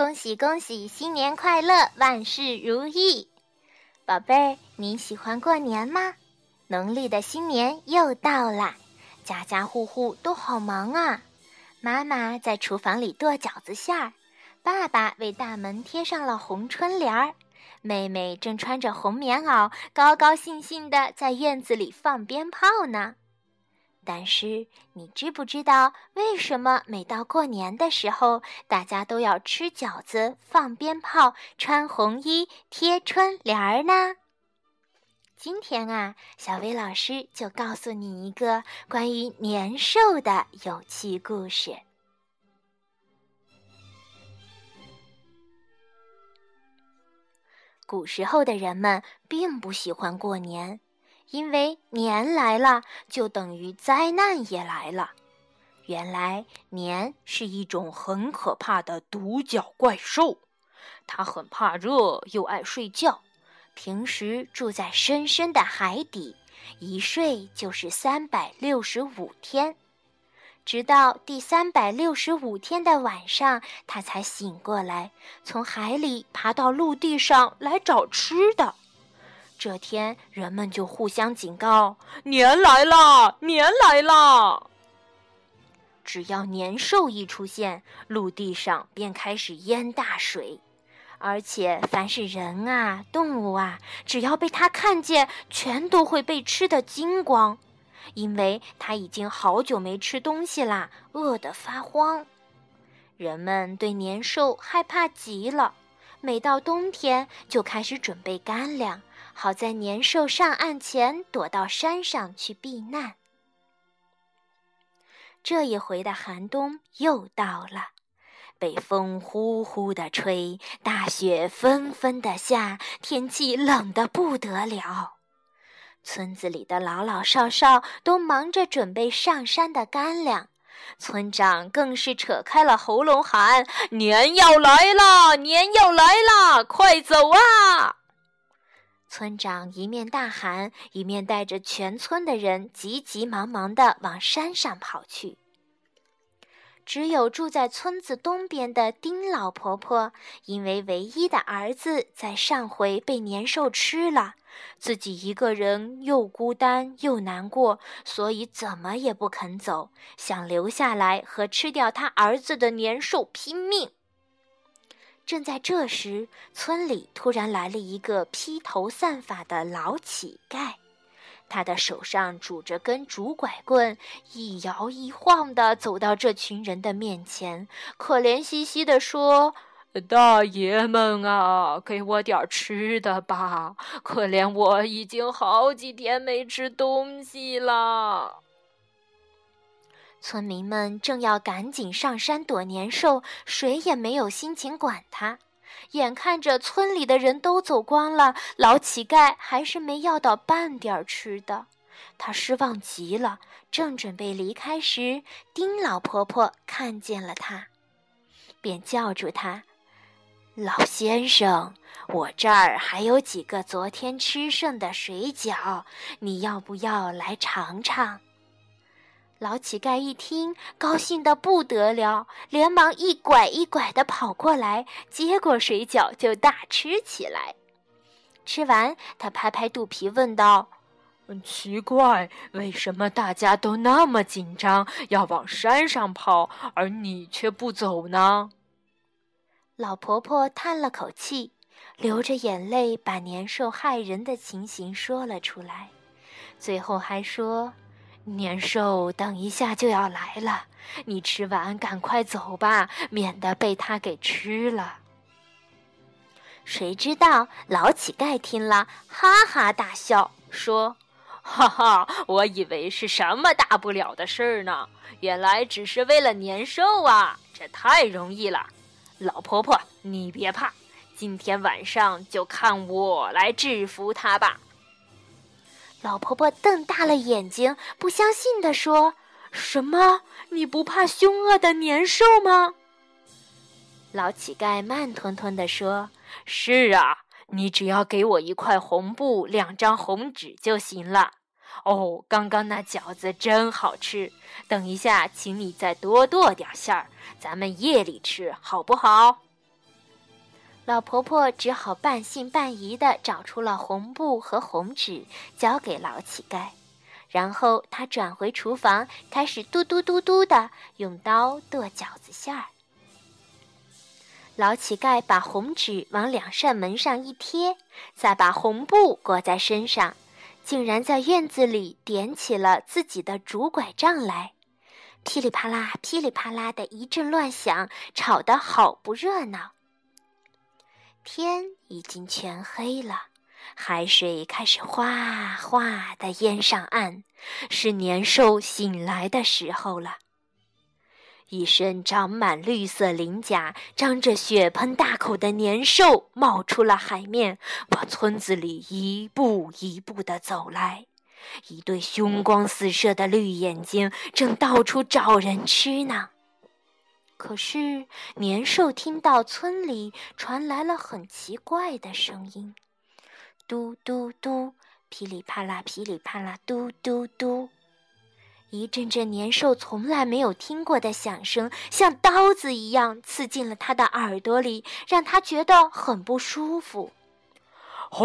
恭喜恭喜，新年快乐，万事如意！宝贝儿，你喜欢过年吗？农历的新年又到了，家家户户都好忙啊。妈妈在厨房里剁饺子馅儿，爸爸为大门贴上了红春联儿，妹妹正穿着红棉袄，高高兴兴地在院子里放鞭炮呢。但是你知不知道为什么每到过年的时候，大家都要吃饺子、放鞭炮、穿红衣、贴春联儿呢？今天啊，小薇老师就告诉你一个关于年兽的有趣故事。古时候的人们并不喜欢过年，因为年来了就等于灾难也来了。原来年是一种很可怕的独角怪兽，它很怕热又爱睡觉，平时住在深深的海底，一睡就是365天。直到第365天的晚上，它才醒过来，从海里爬到陆地上来找吃的。这天，人们就互相警告：年来了，年来了！只要年兽一出现，陆地上便开始淹大水，而且凡是人啊、动物啊，只要被它看见，全都会被吃得精光，因为它已经好久没吃东西啦，饿得发慌。人们对年兽害怕极了，每到冬天就开始准备干粮，好在年兽上岸前躲到山上去避难。这一回的寒冬又到了，北风呼呼地吹，大雪纷纷地下，天气冷得不得了。村子里的老老少少都忙着准备上山的干粮，村长更是扯开了喉咙喊：年要来了，年要来了，快走啊！村长一面大喊，一面带着全村的人急急忙忙地往山上跑去。只有住在村子东边的丁老婆婆，因为唯一的儿子在上回被年兽吃了，自己一个人又孤单又难过，所以怎么也不肯走，想留下来和吃掉他儿子的年兽拼命。正在这时，村里突然来了一个披头散发的老乞丐，他的手上拄着根竹拐棍，一摇一晃地走到这群人的面前，可怜兮兮地说：大爷们啊，给我点吃的吧，可怜我已经好几天没吃东西了。村民们正要赶紧上山躲年兽，谁也没有心情管他。眼看着村里的人都走光了，老乞丐还是没要到半点吃的。他失望极了，正准备离开时，丁老婆婆看见了他，便叫住他：老先生，我这儿还有几个昨天吃剩的水饺，你要不要来尝尝？老乞丐一听，高兴得不得了，连忙一拐一拐地跑过来，接过水饺就大吃起来。吃完，他拍拍肚皮问道：奇怪，为什么大家都那么紧张，要往山上跑，而你却不走呢？老婆婆叹了口气，流着眼泪把年兽害人的情形说了出来，最后还说：年兽等一下就要来了，你吃完赶快走吧，免得被它给吃了。谁知道老乞丐听了哈哈大笑，说：哈哈，我以为是什么大不了的事儿呢，原来只是为了年兽啊，这太容易了。老婆婆，你别怕，今天晚上就看我来制服他吧。老婆婆瞪大了眼睛，不相信地说：什么？你不怕凶恶的年兽吗？老乞丐慢吞吞地说：是啊，你只要给我一块红布，2张红纸就行了。哦，刚刚那饺子真好吃，等一下请你再多剁点馅儿，咱们夜里吃好不好？ 老婆婆只好半信半疑地找出了红布和红纸，交给老乞丐。然后她转回厨房，开始嘟嘟嘟嘟地用刀剁饺子馅儿。老乞丐把红纸往两扇门上一贴，再把红布裹在身上，竟然在院子里点起了自己的竹拐杖来。噼里啪啦噼里啪啦的一阵乱响，吵得好不热闹。天已经全黑了，海水开始哗哗地淹上岸，是年兽醒来的时候了。一身长满绿色鳞甲、张着血盆大口的年兽冒出了海面，往村子里一步一步地走来。一对凶光四射的绿眼睛正到处找人吃呢。可是年兽听到村里传来了很奇怪的声音，嘟嘟嘟，噼里啪啦噼里啪啦，嘟嘟嘟。一阵阵年兽从来没有听过的响声，像刀子一样刺进了他的耳朵里，让他觉得很不舒服。吼！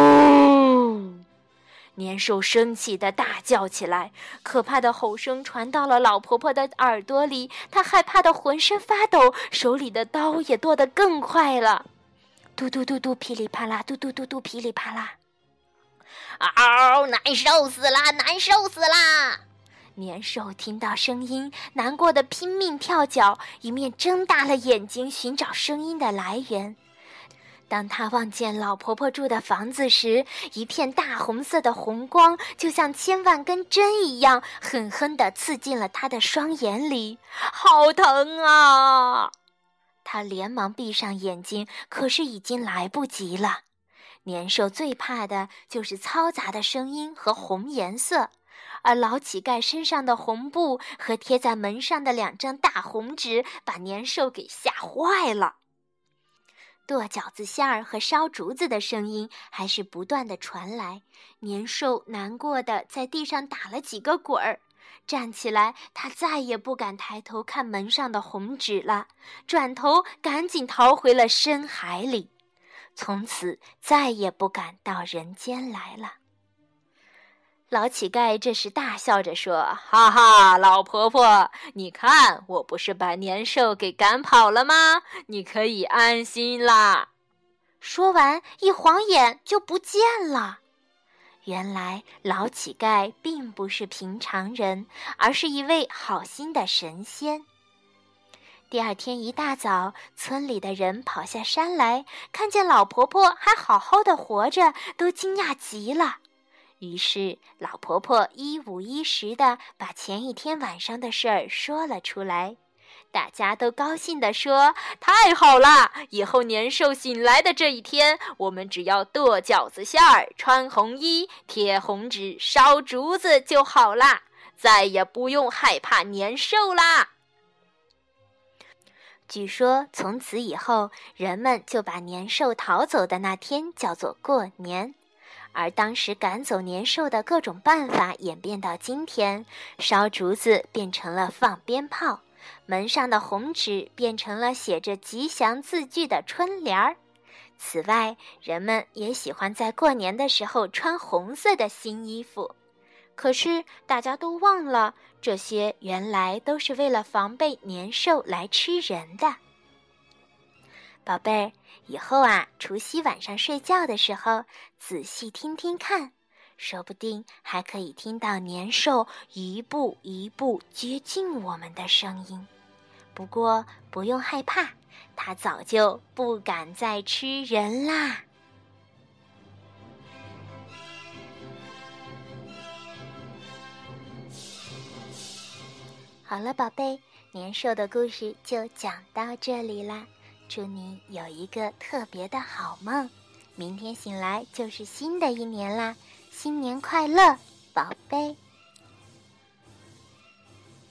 年兽生气地大叫起来，可怕的吼声传到了老婆婆的耳朵里，她害怕得浑身发抖，手里的刀也剁得更快了。嘟嘟嘟嘟，噼里啪啦，嘟嘟嘟嘟，噼里啪啦。嗷！难受死啦，难受死啦！年兽听到声音，难过的拼命跳脚，一面睁大了眼睛寻找声音的来源。当他望见老婆婆住的房子时，一片大红色的红光就像千万根针一样，狠狠地刺进了他的双眼里。好疼啊！他连忙闭上眼睛，可是已经来不及了。年兽最怕的就是嘈杂的声音和红颜色，而老乞丐身上的红布和贴在门上的2张大红纸把年兽给吓坏了。剁饺子馅儿和烧竹子的声音还是不断地传来，年兽难过的在地上打了几个滚儿。站起来，他再也不敢抬头看门上的红纸了，转头赶紧逃回了深海里，从此再也不敢到人间来了。老乞丐这时大笑着说：哈哈，老婆婆，你看我不是把年兽给赶跑了吗？你可以安心啦。说完一晃眼就不见了。原来老乞丐并不是平常人，而是一位好心的神仙。第二天一大早，村里的人跑下山来，看见老婆婆还好好的活着，都惊讶极了。于是老婆婆一五一十地把前一天晚上的事儿说了出来，大家都高兴地说：太好了，以后年兽醒来的这一天，我们只要剁饺子馅儿，穿红衣，贴红纸，烧竹子就好啦，再也不用害怕年兽啦。据说从此以后，人们就把年兽逃走的那天叫做过年。而当时赶走年兽的各种办法演变到今天，烧竹子变成了放鞭炮，门上的红纸变成了写着吉祥字句的春联儿。此外，人们也喜欢在过年的时候穿红色的新衣服。可是大家都忘了，这些原来都是为了防备年兽来吃人的。宝贝儿，以后除夕晚上睡觉的时候，仔细听听看，说不定还可以听到年兽一步一步接近我们的声音。不过不用害怕，它早就不敢再吃人啦。好了，宝贝，年兽的故事就讲到这里啦。祝你有一个特别的好梦，明天醒来就是新的一年啦，新年快乐，宝贝。